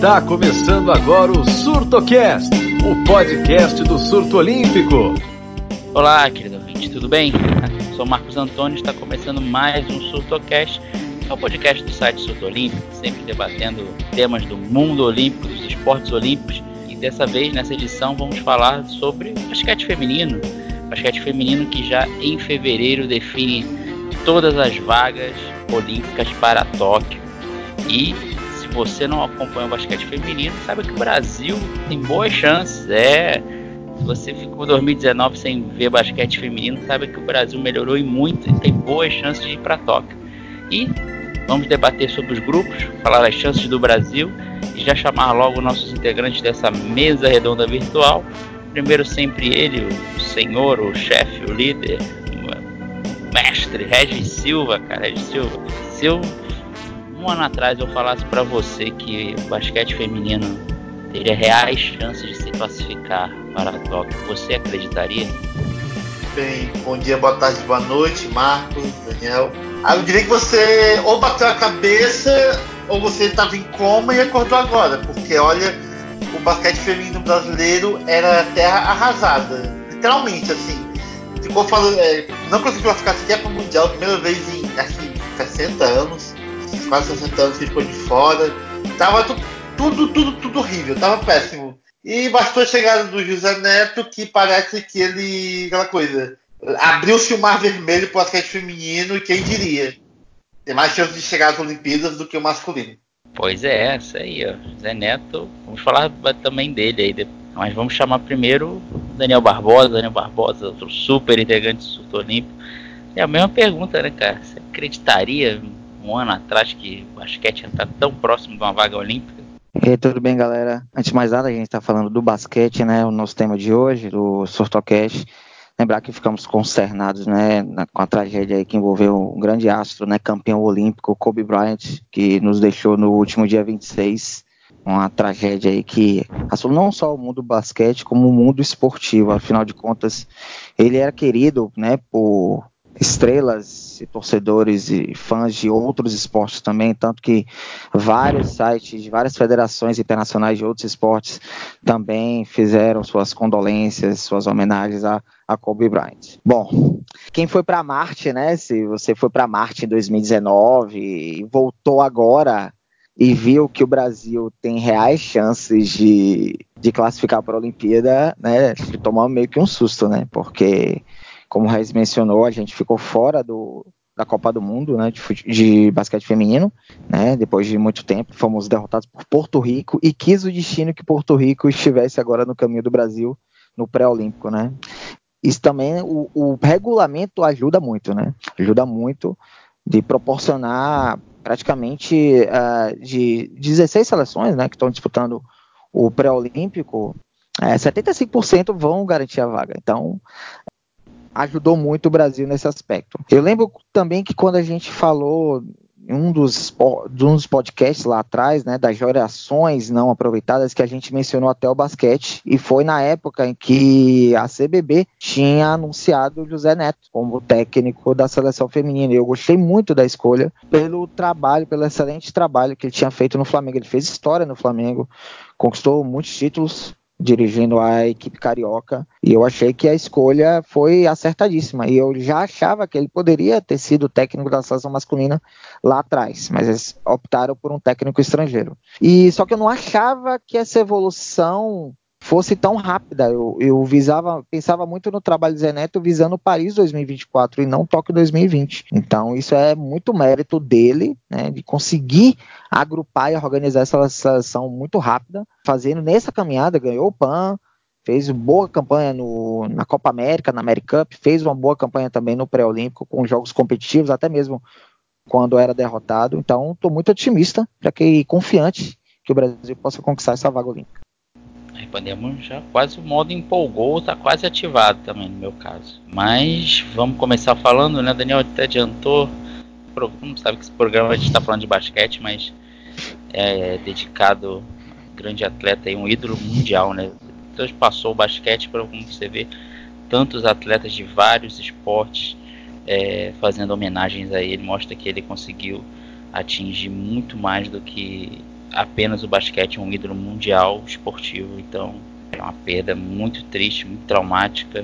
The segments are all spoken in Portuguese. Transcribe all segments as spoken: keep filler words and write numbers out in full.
Está começando agora o SurtoCast, o podcast do surto olímpico. Olá, querido ouvinte, tudo bem? Sou Marcos Antônio e está começando mais um SurtoCast, que é o podcast do site Surto Olímpico, sempre debatendo temas do mundo olímpico, dos esportes olímpicos. E dessa vez, nessa edição, vamos falar sobre basquete feminino. Basquete feminino que já em fevereiro define todas as vagas olímpicas para Tóquio. E se você não acompanha o basquete feminino, saiba que o Brasil tem boas chances. É, se você ficou dois mil e dezenove sem ver basquete feminino, saiba que o Brasil melhorou e muito e tem boas chances de ir para Tóquio. E vamos debater sobre os grupos, falar das chances do Brasil e já chamar logo nossos integrantes dessa mesa redonda virtual. Primeiro sempre ele, o senhor, o chefe, o líder, o mestre, Regis Silva, cara, Regis Silva. Se eu, um ano atrás eu falasse pra você que o basquete feminino teria reais chances de se classificar para a Tóquio, você acreditaria? Bem, bom dia, boa tarde, boa noite, Marcos, Daniel. Ah, eu diria que você ou bateu a cabeça ou você estava em coma e acordou agora, porque olha, o basquete feminino brasileiro era terra arrasada, literalmente, assim. Ficou falando, é, não conseguiu classificar sequer para o Mundial, primeira vez em acho que sessenta anos, quase sessenta anos que ficou de fora. Tava tu, tudo, tudo, tudo horrível, tava péssimo. E bastou a chegada do José Neto, que parece que ele, aquela coisa, abriu-se o mar vermelho para o basquete feminino, e quem diria? Tem mais chance de chegar às Olimpíadas do que o masculino. Pois é, essa aí, ó. Zé Neto, vamos falar também dele aí, mas vamos chamar primeiro o Daniel Barbosa, Daniel Barbosa, outro super integrante do surto olímpico. É a mesma pergunta, né, cara? Você acreditaria um ano atrás que o basquete ia estar tão próximo de uma vaga olímpica? E aí, tudo bem, galera? Antes de mais nada, a gente está falando do basquete, né? O nosso tema de hoje, do SurtoCast. Lembrar que ficamos consternados, né, com a tragédia aí que envolveu um grande astro, né, campeão olímpico, Kobe Bryant, que nos deixou no último dia vinte e seis. Uma tragédia aí que assolou não só o mundo do basquete, como o mundo esportivo. Afinal de contas, ele era querido, né, por estrelas e torcedores e fãs de outros esportes também, tanto que vários sites de várias federações internacionais de outros esportes também fizeram suas condolências, suas homenagens a, a Kobe Bryant. Bom, quem foi para Marte, né? Se você foi para Marte em dois mil e dezenove e voltou agora e viu que o Brasil tem reais chances de, de classificar para a Olimpíada, né? Tomou meio que um susto, né? Porque, como o Reis mencionou, a gente ficou fora do, da Copa do Mundo, né, de, de basquete feminino, né, depois de muito tempo, fomos derrotados por Porto Rico e quis o destino que Porto Rico estivesse agora no caminho do Brasil no pré-olímpico, né. Isso também, o, o regulamento ajuda muito, né, ajuda muito de proporcionar praticamente uh, de dezesseis seleções, né, que estão disputando o pré-olímpico, é, setenta e cinco por cento vão garantir a vaga. Então, ajudou muito o Brasil nesse aspecto. Eu lembro também que quando a gente falou em um dos, de um dos podcasts lá atrás, né, das gerações não aproveitadas, que a gente mencionou até o basquete, e foi na época em que a C B B tinha anunciado o José Neto como técnico da seleção feminina. Eu gostei muito da escolha pelo trabalho, pelo excelente trabalho que ele tinha feito no Flamengo. Ele fez história no Flamengo, conquistou muitos títulos dirigindo a equipe carioca, e eu achei que a escolha foi acertadíssima, e eu já achava que ele poderia ter sido técnico da seleção masculina lá atrás, mas eles optaram por um técnico estrangeiro. E só que eu não achava que essa evolução fosse tão rápida. Eu, eu visava, pensava muito no trabalho de Zé Neto visando Paris dois mil e vinte e quatro e não Tóquio dois mil e vinte. Então isso é muito mérito dele, né, de conseguir agrupar e organizar essa seleção muito rápida, fazendo nessa caminhada, ganhou o P A N, fez boa campanha no, na Copa América, na AmeriCup, fez uma boa campanha também no pré-olímpico, com jogos competitivos, até mesmo quando era derrotado. Então estou muito otimista para que confiante que o Brasil possa conquistar essa vaga olímpica. Podemos já quase o modo empolgou, tá quase ativado também no meu caso. Mas vamos começar falando, né? Daniel até adiantou. Não sabe que esse programa a gente está falando de basquete, mas é dedicado a um grande atleta e um ídolo mundial, né? Então passou o basquete para, como você vê, tantos atletas de vários esportes é, fazendo homenagens a ele. Mostra que ele conseguiu atingir muito mais do que apenas o basquete um ídolo mundial esportivo, então é uma perda muito triste, muito traumática,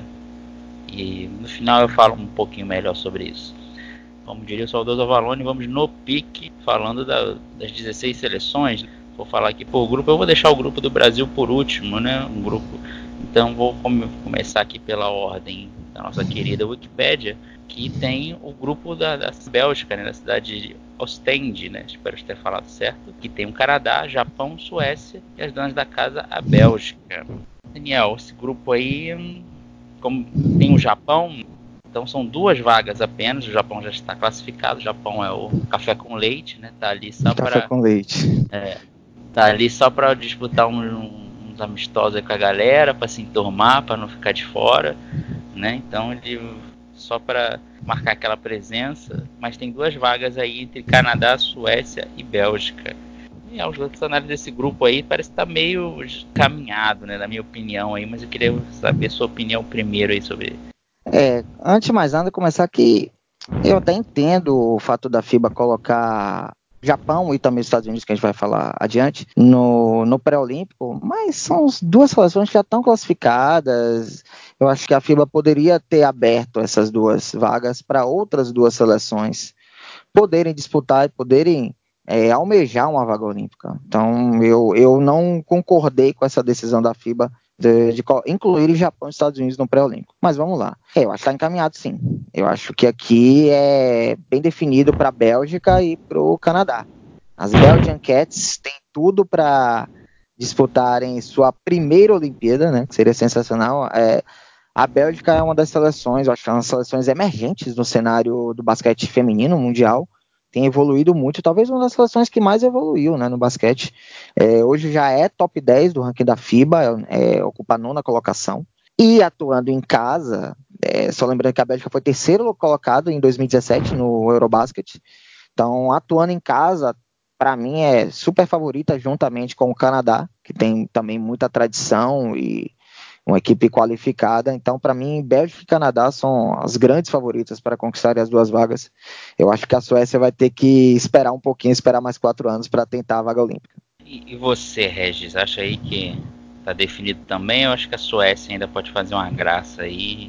e no final eu falo um pouquinho melhor sobre isso. Como diria o saudoso Avalone, vamos no pique, falando da, das dezesseis seleções. Vou falar aqui por grupo, eu vou deixar o grupo do Brasil por último, né? Um grupo. Então vou come, começar aqui pela ordem da nossa querida Wikipédia, que tem o grupo da, da Bélgica, né? Da cidade de Ostende, né? Espero ter falado certo. Que tem o Canadá, Japão, Suécia e as donas da casa, a Bélgica. Daniel, esse grupo aí, como tem o Japão, então são duas vagas apenas. O Japão já está classificado. O Japão é o café com leite, né? Tá ali só para café com leite. É, tá ali só para disputar um, uns amistosos aí com a galera, para se enturmar, para não ficar de fora, né? Então ele só para marcar aquela presença. Mas tem duas vagas aí entre Canadá, Suécia e Bélgica. E aos outros cenários desse grupo aí parece que tá meio caminhado, né? Na minha opinião aí. Mas eu queria saber sua opinião primeiro aí sobre. É, antes de mais nada, começar que eu até entendo o fato da FIBA colocar Japão e também os Estados Unidos, que a gente vai falar adiante, no, no pré-olímpico, mas são duas seleções que já estão classificadas. Eu acho que a FIBA poderia ter aberto essas duas vagas para outras duas seleções poderem disputar e poderem é, almejar uma vaga olímpica. Então, eu, eu não concordei com essa decisão da FIBA de, de incluir Japão e Estados Unidos no pré-olímpico. Mas vamos lá. É, eu acho que está encaminhado, sim. Eu acho que aqui é bem definido para a Bélgica e para o Canadá. As Belgian Cats têm tudo para disputarem sua primeira Olimpíada, né, que seria sensacional. É, a Bélgica é uma das seleções, eu acho que é uma das seleções emergentes no cenário do basquete feminino mundial. Tem evoluído muito, talvez uma das seleções que mais evoluiu, né, no basquete. É, hoje já é top dez do ranking da FIBA, é, ocupa a nona colocação. E atuando em casa, é, só lembrando que a Bélgica foi terceiro colocado em dois mil e dezessete no Eurobasket. Então, atuando em casa, para mim é super favorita juntamente com o Canadá, que tem também muita tradição e uma equipe qualificada. Então, para mim, Bélgica e Canadá são as grandes favoritas para conquistarem as duas vagas. Eu acho que a Suécia vai ter que esperar um pouquinho, esperar mais quatro anos para tentar a vaga olímpica. E, e você, Regis, acha aí que está definido também? Eu acho que a Suécia ainda pode fazer uma graça aí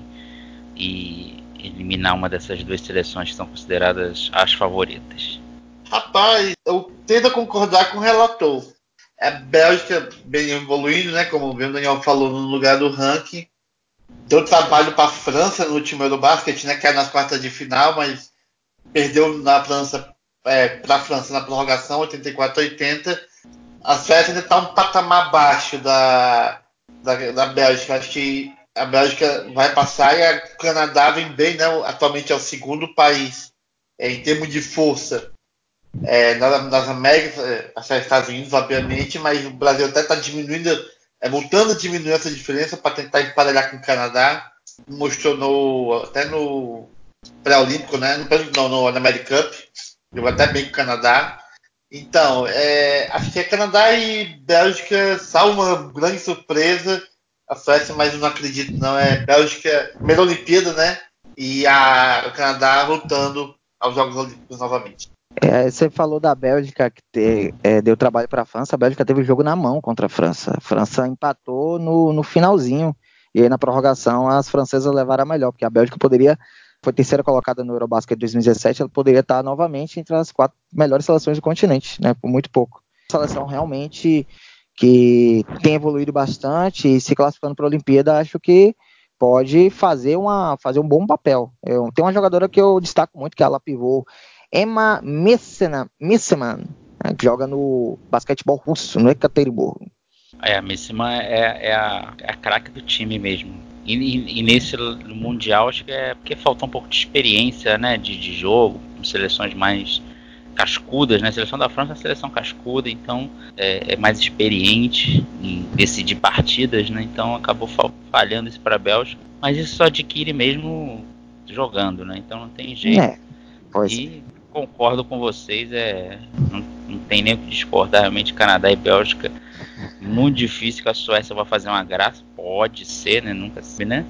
e eliminar uma dessas duas seleções que são consideradas as favoritas. Rapaz, eu tento concordar com o relator. A Bélgica bem evoluindo, né? Como o Daniel falou, no lugar do ranking. Deu trabalho para a França no último Eurobasket, né? Que era nas quartas de final, mas perdeu na França, é, para a França na prorrogação, oitenta e quatro a oitenta. A Suécia ainda está um patamar abaixo da, da, da Bélgica. Acho que a Bélgica vai passar e o Canadá vem bem, né? Atualmente é o segundo país é, em termos de força. É, nas, nas Américas, é, os Estados Unidos, obviamente, mas o Brasil até está diminuindo, é, voltando a diminuir essa diferença para tentar emparelhar com o Canadá. Mostrou no, até no pré-olímpico, né? No, não, no, no American Cup, jogou até bem com o Canadá. Então, é, acho que é Canadá e Bélgica, salvo uma grande surpresa. A Suécia, mas eu não acredito, não. É Bélgica, primeira Olimpíada, né? E a, o Canadá voltando aos Jogos Olímpicos novamente. É, você falou da Bélgica que te, é, deu trabalho para a França. A Bélgica teve o jogo na mão contra a França. A França empatou no, no finalzinho. E aí na prorrogação as francesas levaram a melhor, porque a Bélgica poderia, foi terceira colocada no Eurobasket dois mil e dezessete, ela poderia estar novamente entre as quatro melhores seleções do continente, né, por muito pouco. A seleção realmente que tem evoluído bastante e se classificando para a Olimpíada, acho que pode fazer, uma, fazer um bom papel. Eu, tem uma jogadora que eu destaco muito, que é a pivô Emma Misseman, né, que joga no basquetebol russo, no Ekaterimburgo. É, a Misseman é, é a, é a craque do time mesmo. E, e, e nesse Mundial, acho que é porque falta um pouco de experiência, né, de, de jogo, com seleções mais cascudas, né? A seleção da França é uma seleção cascuda, então é, é mais experiente em decidir partidas, né? Então acabou falhando isso para a Bélgica. Mas isso só adquire mesmo jogando, né? Então não tem jeito. É, pois. E concordo com vocês, é, não, não tem nem o que discordar, realmente Canadá e Bélgica. Muito difícil que a Suécia vai fazer uma graça, pode ser, né? Nunca se, né?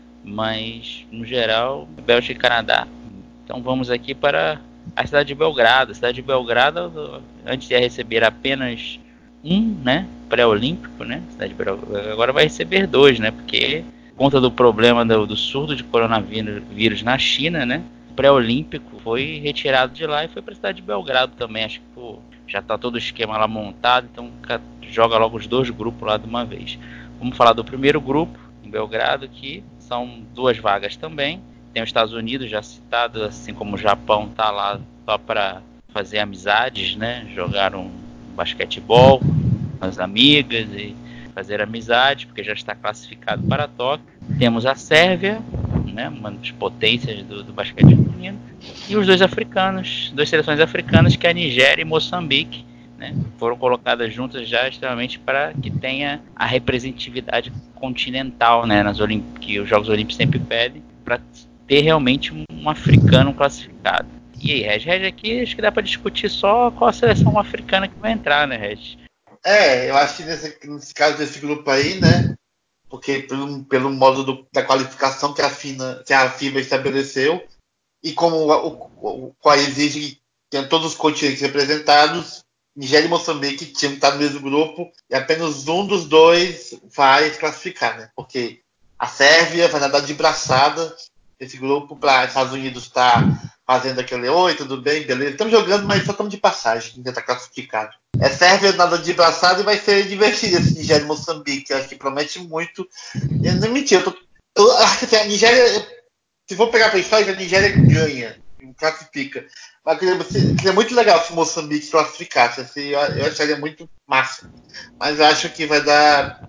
Mas no geral, Bélgica e Canadá. Então vamos aqui para a cidade de Belgrado. A cidade de Belgrado, antes de receber apenas um, né, pré-olímpico, né, cidade de Belgrado, agora vai receber dois, né, porque por conta do problema do, do surto de coronavírus na China, né, o pré-olímpico foi retirado de lá e foi para a cidade de Belgrado também. Acho que pô, já está todo o esquema lá montado, então joga logo os dois grupos lá de uma vez. Vamos falar do primeiro grupo, em Belgrado, que são duas vagas também. Tem os Estados Unidos já citado, assim como o Japão está lá só para fazer amizades, né? Jogaram basquetebol com as amigas e fazer amizade, porque já está classificado para Tóquio. Temos a Sérvia, né? Uma das potências do, do basquete feminino, e os dois africanos, duas seleções africanas, que é a Nigéria e Moçambique, né? Foram colocadas juntas já extremamente para que tenha a representatividade continental, né? Nas Olimp... que os Jogos Olímpicos sempre pedem, para ter realmente um, um africano classificado. E aí, Reg, Reg, aqui acho que dá para discutir só qual a seleção africana que vai entrar, né, Reg? É, eu acho que nesse, nesse caso desse grupo aí, né? Porque pelo, pelo modo do, da qualificação que a, FINA, que a FIBA estabeleceu, e como o, o, o qual exige que tenha todos os continentes representados, Nigéria e Moçambique tinham que estar no mesmo grupo, e apenas um dos dois vai se classificar, né? Porque a Sérvia vai nadar de braçada esse grupo para os Estados Unidos estar fazendo aquele, oi, tudo bem, beleza, estamos jogando, mas só estamos de passagem, ainda está classificado. É Sérvia nada de braçada e vai ser divertido esse Nigéria e Moçambique, acho que promete muito. Eu não menti, eu, tô, eu acho que a Nigéria, se for pegar para a história, a Nigéria ganha, classifica. Mas seria muito legal se Moçambique classificasse, assim, eu, eu acharia muito massa. Mas acho que vai dar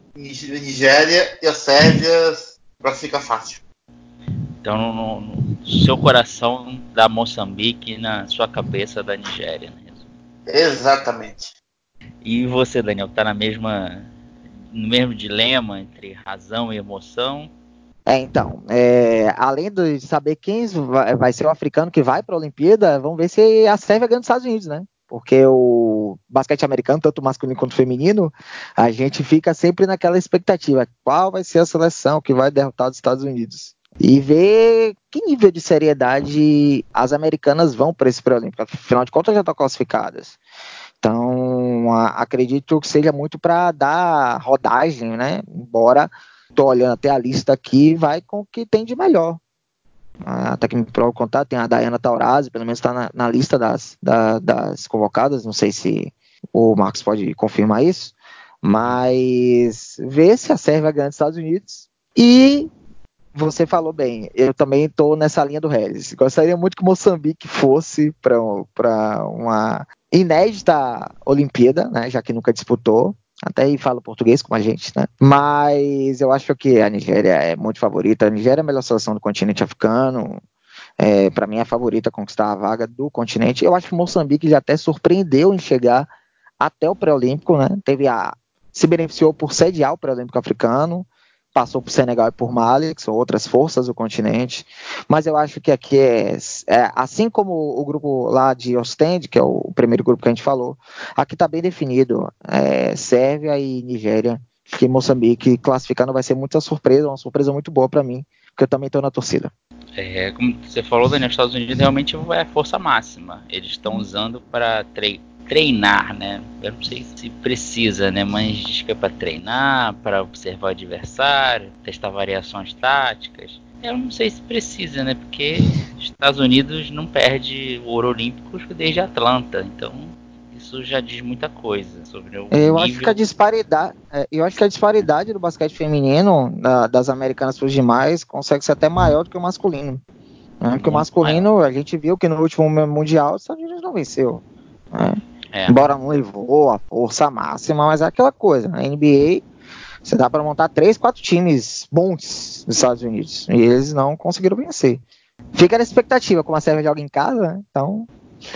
Nigéria e a Sérvia classifica fácil. Então, no, no seu coração da Moçambique e na sua cabeça da Nigéria, né? Exatamente. E você, Daniel, tá na mesma, no mesmo dilema entre razão e emoção? É, então, é, além de saber quem vai, vai ser o africano que vai para a Olimpíada, vamos ver se a Sérvia ganha dos Estados Unidos, né? Porque o basquete americano, tanto masculino quanto feminino, a gente fica sempre naquela expectativa: qual vai ser a seleção que vai derrotar os Estados Unidos? E ver que nível de seriedade as americanas vão para esse pré-olímpico. Afinal de contas, já estão classificadas. Então, a, acredito que seja muito para dar rodagem, né? Embora estou olhando até a lista aqui, vai com o que tem de melhor. Até que me prova contar, tem a Diana Taurasi, pelo menos está na, na lista das, da, das convocadas, não sei se o Marcos pode confirmar isso, mas ver se a Sérvia ganha dos Estados Unidos. E você falou bem, eu também estou nessa linha do Regis. Gostaria muito que Moçambique fosse para uma inédita Olimpíada, né, já que nunca disputou. Até aí fala português como a gente, né? Mas eu acho que a Nigéria é muito favorita. A Nigéria é a melhor seleção do continente africano. É, para mim é a favorita a conquistar a vaga do continente. Eu acho que o Moçambique já até surpreendeu em chegar até o pré-olímpico, né? Teve a, se beneficiou por sediar o pré-olímpico africano, passou por Senegal e por Mali, que são outras forças do continente. Mas eu acho que aqui é, é assim como o grupo lá de Ostende, que é o primeiro grupo que a gente falou, aqui está bem definido. É, Sérvia e Nigéria, que Moçambique classificando vai ser muita surpresa, uma surpresa muito boa para mim, porque eu também estou na torcida. É, como você falou, Daniel, os Estados Unidos realmente é a força máxima. Eles estão usando para tre- treinar, né? Eu não sei se precisa, né? Mas diz que é para treinar, para observar o adversário, testar variações táticas. Eu não sei se precisa, né? Porque os Estados Unidos não perde o ouro olímpico desde Atlanta, então isso já diz muita coisa sobre o Eu nível. acho que a disparidade, eu acho que a disparidade do basquete feminino da, das americanas para os demais consegue ser até maior do que o masculino. Né? Porque o masculino, maior. A gente viu que no último mundial os Estados Unidos não venceu. Né? É. Embora não levou a força máxima, mas é aquela coisa. Na N B A você dá para montar três, quatro times bons nos Estados Unidos e eles não conseguiram vencer. Fica na expectativa, como a Sérvia joga em casa, né? Então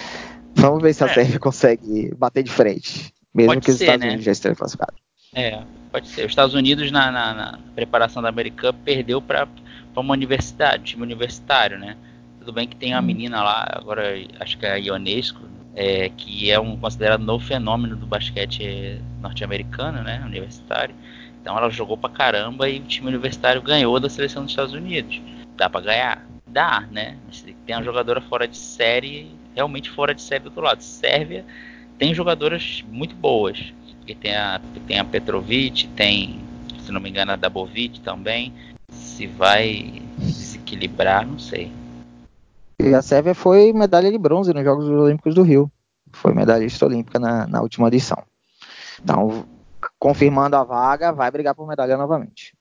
vamos ver se a é. Sérvia consegue bater de frente, mesmo pode que os ser, Estados né? Unidos já estejam classificados. É, pode ser. Os Estados Unidos na, na, na preparação da American perdeu para uma universidade, time universitário, né? Tudo bem que tem uma menina lá, agora acho que é a Ionesco, é, que é um considerado novo fenômeno do basquete norte-americano, né? Universitário. Então ela jogou pra caramba e o time universitário ganhou da seleção dos Estados Unidos. Dá pra ganhar? Dá, né? Mas tem uma jogadora fora de série, realmente fora de série do outro lado. Sérvia tem jogadoras muito boas. porque tem a, tem a Petrovic, tem, se não me engano, a Dabovic também. Se vai desequilibrar, não sei. E a Sérvia foi medalha de bronze nos Jogos Olímpicos do Rio. Foi medalhista olímpica na, na última edição. Então, confirmando a vaga, vai brigar por medalha novamente.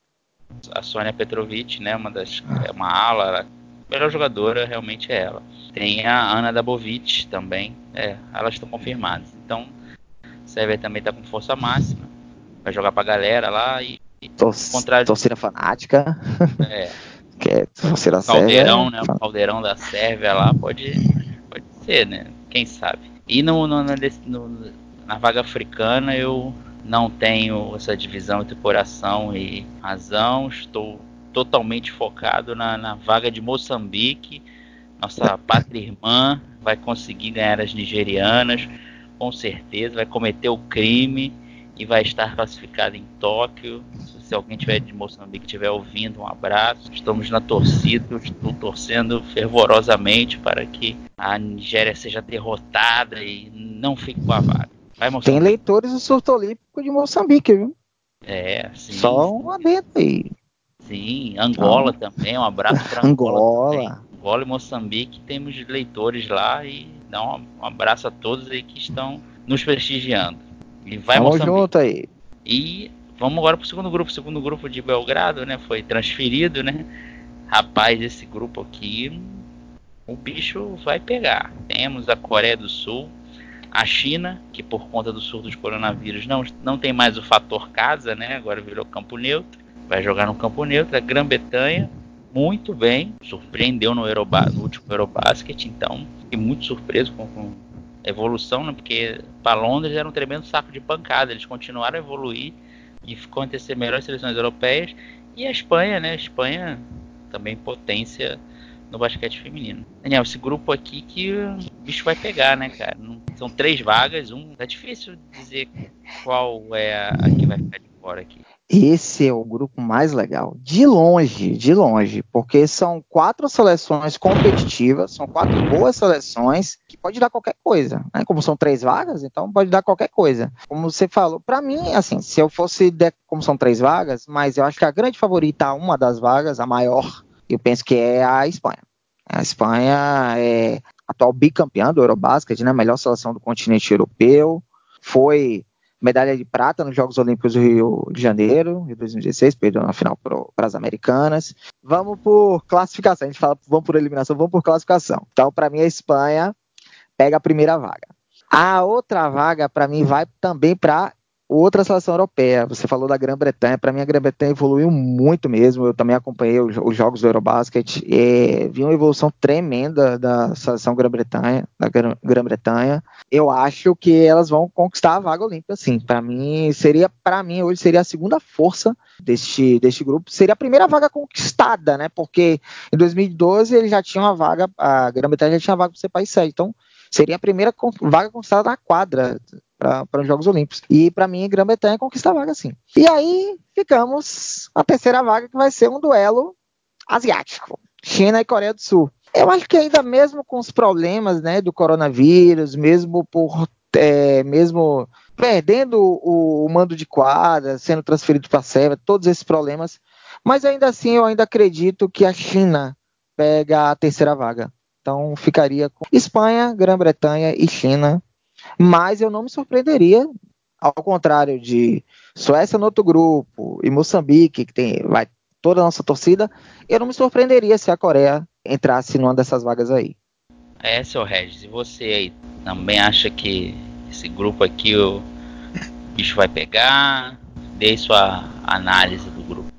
A Sônia Petrovic, né, uma das, é uma ala, a melhor jogadora realmente é ela. Tem a Ana Dabovic também, é, elas estão confirmadas. Então, a Sérvia também está com força máxima, vai jogar pra galera lá e, e Tor- contra... torcida fanática, é, que é torcida o caldeirão, sérvia. né, o caldeirão da Sérvia lá pode, pode ser, né, quem sabe. E no, no, no, no, na vaga africana eu não tenho essa divisão entre coração e razão, estou totalmente focado na, na vaga de Moçambique. Nossa pátria irmã vai conseguir ganhar as nigerianas, com certeza, vai cometer o crime e vai estar classificado em Tóquio. Se alguém tiver de Moçambique estiver ouvindo, um abraço. Estamos na torcida, estou torcendo fervorosamente para que a Nigéria seja derrotada e não fique com a vaga. Vai, Moçambique. Tem leitores do surto olímpico de Moçambique, viu? É, sim. Só sim. um adendo aí. Sim, Angola então, também, um abraço para Angola, Angola também. Angola e Moçambique, temos leitores lá e dá um, um abraço a todos aí que estão nos prestigiando. E vai Tamo Moçambique. junto aí. E vamos agora pro segundo grupo, o segundo grupo de Belgrado, né, foi transferido, né, rapaz, esse grupo aqui, o bicho vai pegar. Temos a Coreia do Sul, a China, que por conta do surto de coronavírus não, não tem mais o fator casa, né, agora virou campo neutro. Vai jogar no campo neutro, a Grã-Bretanha, muito bem, surpreendeu no, Euroba, no último Eurobasket, então fiquei muito surpreso com, com a evolução, né, porque para Londres era um tremendo saco de pancada, eles continuaram a evoluir e ficou entre as melhores seleções europeias, e a Espanha, né, a Espanha também potência no basquete feminino. Daniel, esse grupo aqui que o bicho vai pegar, né, cara, não, são três vagas, um, é difícil dizer qual é a, a que vai ficar de fora aqui. Esse é o grupo mais legal, de longe, de longe, porque são quatro seleções competitivas, são quatro boas seleções que pode dar qualquer coisa, né? Como são três vagas, então pode dar qualquer coisa. Como você falou, para mim, assim, se eu fosse, de, como são três vagas, mas eu acho que a grande favorita a uma das vagas, a maior, eu penso que é a Espanha. A Espanha é atual bicampeã do Eurobasket, né? Melhor seleção do continente europeu, foi medalha de prata nos Jogos Olímpicos do Rio de Janeiro, de dois mil e dezesseis, perdeu na final para as americanas. Vamos por classificação, a gente fala vamos por eliminação, vamos por classificação. Então, para mim, a Espanha pega a primeira vaga. A outra vaga, para mim, vai também para outra seleção europeia. Você falou da Grã-Bretanha, para mim a Grã-Bretanha evoluiu muito mesmo, eu também acompanhei os, os jogos do Eurobasket, e vi uma evolução tremenda da seleção Grã-Bretanha, da Grã-Bretanha. Eu acho que elas vão conquistar a vaga olímpica, sim. Para mim, seria, para mim, hoje seria a segunda força deste, deste grupo, seria a primeira vaga conquistada, né? Porque em dois mil e doze ele já tinha uma vaga, a Grã-Bretanha já tinha uma vaga para ser país sede, então seria a primeira vaga conquistada na quadra para os Jogos Olímpicos. E para mim, a Grã-Bretanha conquista a vaga, sim. E aí ficamos a terceira vaga, que vai ser um duelo asiático, China e Coreia do Sul. Eu acho que ainda mesmo com os problemas, né, do coronavírus, mesmo por é, mesmo perdendo o, o mando de quadra, sendo transferido para a Sérvia, todos esses problemas, mas ainda assim eu ainda acredito que a China pega a terceira vaga. Então ficaria com Espanha, Grã-Bretanha e China. Mas eu não me surpreenderia, ao contrário de Suécia no outro grupo e Moçambique, que tem vai, toda a nossa torcida, eu não me surpreenderia se a Coreia entrasse numa dessas vagas aí. É, seu Regis, e você aí também acha que esse grupo aqui o bicho vai pegar? Dê sua análise do grupo.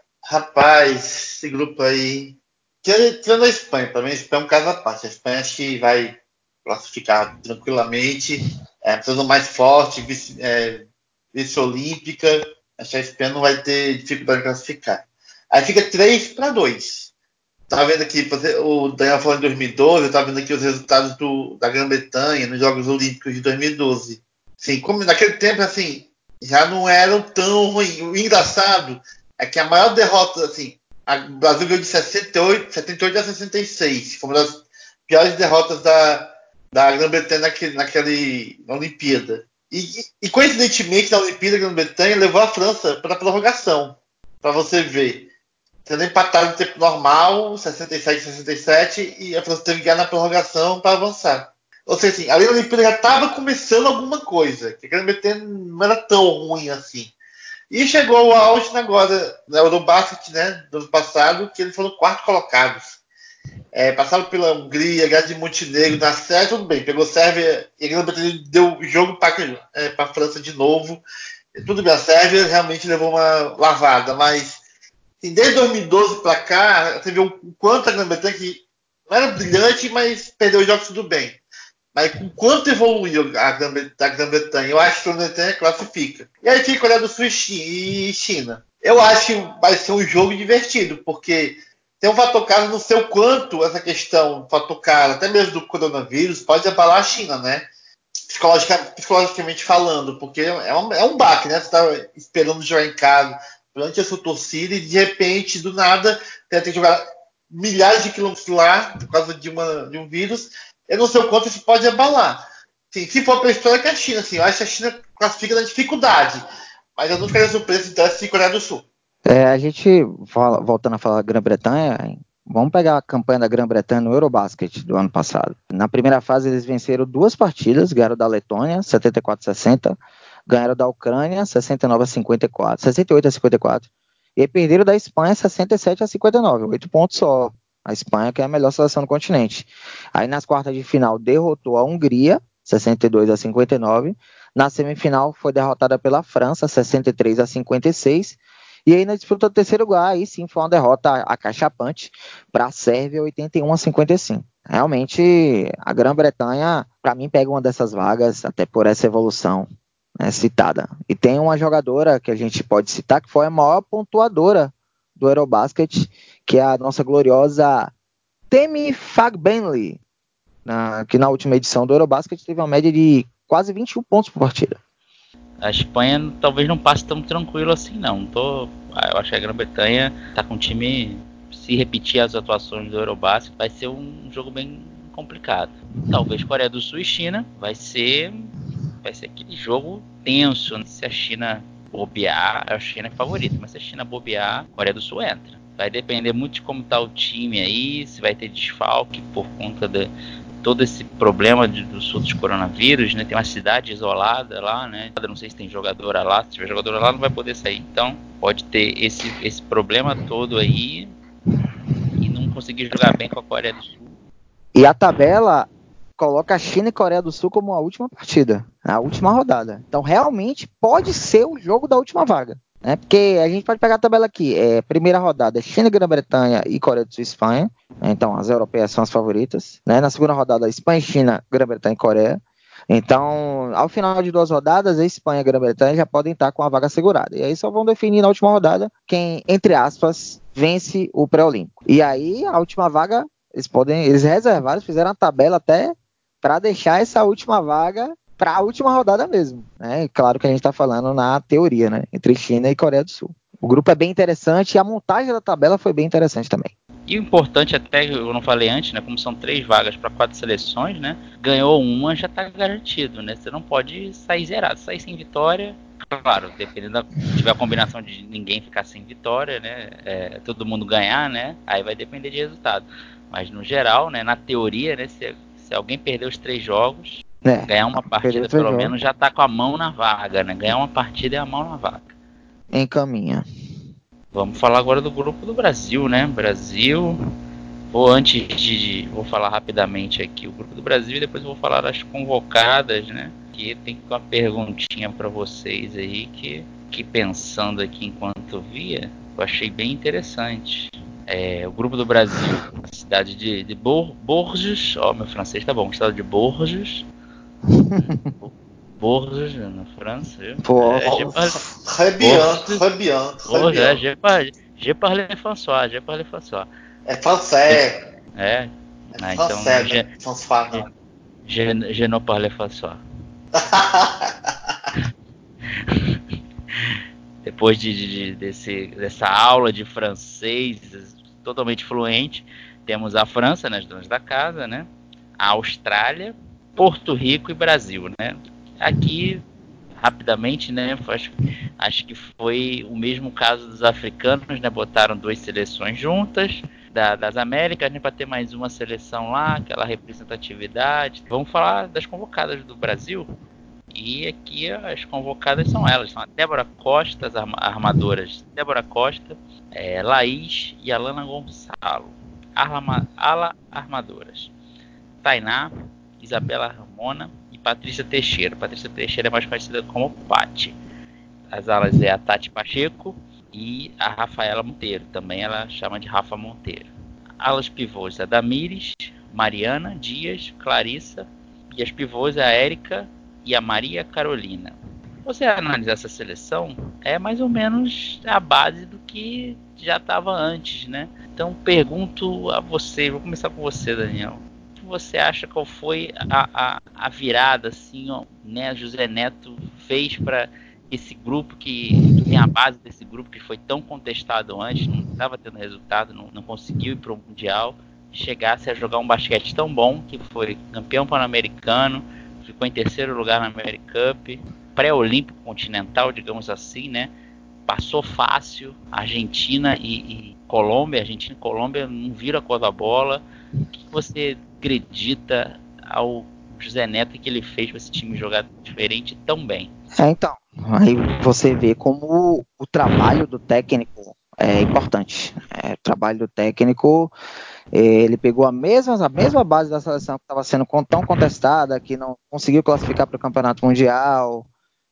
Rapaz, esse grupo aí. Tirando a Espanha, para mim a Espanha é um caso à parte. A Espanha acho que vai classificar tranquilamente. É sendo mais forte, vice, é, vice-olímpica. Acho que a Espanha não vai ter dificuldade em classificar. Aí fica três para dois. Tá vendo aqui, o Daniel falou em dois mil e doze, eu tava vendo aqui os resultados do, da Grã-Bretanha nos Jogos Olímpicos de dois mil e doze. Sim, como naquele tempo, assim, já não eram tão ruins. O engraçado é que a maior derrota, assim, o Brasil ganhou de sessenta e oito, setenta e oito a sessenta e seis. Foi uma das piores derrotas da, da Grã-Bretanha naquele, naquele, na Olimpíada. E, e coincidentemente, na Olimpíada, a Grã-Bretanha levou a França para a prorrogação. Para você ver. Sendo empatado no tempo normal, sessenta e sete a sessenta e sete, e a França teve que ganhar na prorrogação para avançar. Ou seja, assim, ali na Olimpíada já estava começando alguma coisa. Que a Grã-Bretanha não era tão ruim assim. E chegou ao auge agora, na Eurobasket, né, do ano passado, que eles foram quarto colocados. É, passaram pela Hungria, ganharam de Montenegro na Sérvia, tudo bem. Pegou Sérvia e a Grã-Bretanha deu jogo para é, a França de novo. Tudo bem, a Sérvia realmente levou uma lavada, mas assim, desde dois mil e doze para cá, você vê o quanto a Grã-Bretanha, que não era brilhante, mas perdeu os jogos tudo bem. Mas com quanto evoluiu a Grã-Bretanha, eu acho que a Grã-Bretanha classifica. E aí fica Coreia do Sul e China. Eu acho que vai ser um jogo divertido, porque tem um fator caso, não sei o quanto essa questão, fator caso, até mesmo do coronavírus, pode abalar a China, né? Psicologica, psicologicamente falando, porque é um, é um baque, né? Você está esperando jogar em casa durante a sua torcida e de repente, do nada, tem que jogar milhares de quilômetros lá por causa de, uma, de um vírus. Eu não sei o quanto isso pode abalar. Sim, se for para a história que a China, assim, eu acho que a China classifica na dificuldade, mas eu não ficaria surpreso se desse Coreia do Sul. É, a gente, fala, voltando a falar da Grã-Bretanha, vamos pegar a campanha da Grã-Bretanha no Eurobasket do ano passado. Na primeira fase eles venceram duas partidas, ganharam da Letônia, setenta e quatro a sessenta, ganharam da Ucrânia, sessenta e nove a cinquenta e quatro, sessenta e oito a cinquenta e quatro, e perderam da Espanha, sessenta e sete a cinquenta e nove, oito pontos só. A Espanha, que é a melhor seleção do continente. Aí nas quartas de final derrotou a Hungria, sessenta e dois a cinquenta e nove. Na semifinal foi derrotada pela França, sessenta e três a cinquenta e seis. E aí na disputa do terceiro lugar, aí sim foi uma derrota acachapante para a Sérvia, oitenta e um a cinquenta e cinco. Realmente, a Grã-Bretanha, para mim, pega uma dessas vagas, até por essa evolução, né, citada. E tem uma jogadora que a gente pode citar, que foi a maior pontuadora do Eurobasket, que é a nossa gloriosa Temi Fagbenley, na, que na última edição do Eurobasket teve uma média de quase vinte e um pontos por partida. A Espanha talvez não passe tão tranquilo assim, não. Tô, eu acho que a Grã-Bretanha tá com um time, se repetir as atuações do Eurobasket, vai ser um jogo bem complicado. Talvez Coreia do Sul e China vai ser, vai ser aquele jogo tenso. Se a China bobear, a China é favorita, mas se a China bobear, a Coreia do Sul entra. Vai depender muito de como tá o time aí, se vai ter desfalque por conta de todo esse problema de, do sul dos coronavírus, né? Tem uma cidade isolada lá, né? Não sei se tem jogadora lá, se tiver jogadora lá não vai poder sair. Então pode ter esse, esse problema todo aí e não conseguir jogar bem com a Coreia do Sul. E a tabela coloca a China e Coreia do Sul como a última partida, a última rodada. Então realmente pode ser o jogo da última vaga. Né? Porque a gente pode pegar a tabela aqui, é, primeira rodada é China, Grã-Bretanha e Coreia do Sul e Espanha, então as europeias são as favoritas, né? Na segunda rodada Espanha, China, Grã-Bretanha e Coreia, então ao final de duas rodadas a Espanha e a Grã-Bretanha já podem estar com a vaga segurada, e aí só vão definir na última rodada quem, entre aspas, vence o pré-olímpico, e aí a última vaga eles podem, eles reservaram, fizeram a tabela até para deixar essa última vaga para a última rodada mesmo, né? Claro que a gente está falando na teoria, né? Entre China e Coreia do Sul. O grupo é bem interessante e a montagem da tabela foi bem interessante também. E o importante, até eu não falei antes, né? Como são três vagas para quatro seleções, né? Ganhou uma, já está garantido, né? Você não pode sair zerado, sair sem vitória. Claro, dependendo da, se tiver a combinação de ninguém ficar sem vitória, né? É, todo mundo ganhar, né? Aí vai depender de resultado. Mas no geral, né? Na teoria, né? Se, se alguém perder os três jogos, é, ganhar uma partida pelo jogos. menos já está com a mão na vaga, né? Ganhar uma partida é a mão na vaga. Encaminha. Vamos falar agora do grupo do Brasil, né? Brasil. Vou antes de, de. Vou falar rapidamente aqui o grupo do Brasil e depois vou falar das convocadas, né? Que tem uma perguntinha para vocês aí que, que pensando aqui enquanto via, eu achei bem interessante. É, o grupo do Brasil, a cidade de, de Bor, Borges, ó, meu francês tá bom, estado de Borges. Borges, na França, viu? Pô, é, très bien, très bien, très bien. Je parle, je parle François, je parle François. É francês. É. É ah, francês, então, né? François, não. Je, je, je ne parle François. Depois de, de, desse, dessa aula de francês totalmente fluente, temos a França, nas donas da casa, né? A Austrália, Porto Rico e Brasil, né? Aqui rapidamente, né? Acho, acho que foi o mesmo caso dos africanos, né? Botaram duas seleções juntas da, das Américas, né? Para ter mais uma seleção lá, aquela representatividade. Vamos falar das convocadas do Brasil. E aqui as convocadas são elas, são a Débora Costa, as armadoras Débora Costa, é, Laís e Alana Gonçalo, Arma, Ala Armadoras, Tainá, Isabela Ramona e Patrícia Teixeira. Patrícia Teixeira é mais conhecida como Pati. As alas é a Tati Pacheco e a Rafaela Monteiro, também ela chama de Rafa Monteiro. Alas pivôs a Damires, Mariana, Dias, Clarissa, e as pivôs a Érica e a Maria Carolina. Você analisar essa seleção, é mais ou menos a base do que já estava antes, né? Então pergunto a você, vou começar com você, Daniel. O que você acha, qual foi a, a, a virada, assim, ó, né? José Neto fez para esse grupo que tem a base desse grupo que foi tão contestado antes, não estava tendo resultado, não, não conseguiu ir para o Mundial, chegasse a jogar um basquete tão bom que foi campeão pan-americano, ficou em terceiro lugar na American Cup, pré-olímpico continental, digamos assim, né? Passou fácil, Argentina e, e Colômbia, Argentina e Colômbia não viram a cor da bola. O que você acredita ao José Neto que ele fez para esse time jogar diferente tão bem? É, então, aí você vê como o, o trabalho do técnico é importante. É, o trabalho do técnico, ele pegou a mesma, a mesma base da seleção que estava sendo tão contestada, que não conseguiu classificar para o Campeonato Mundial,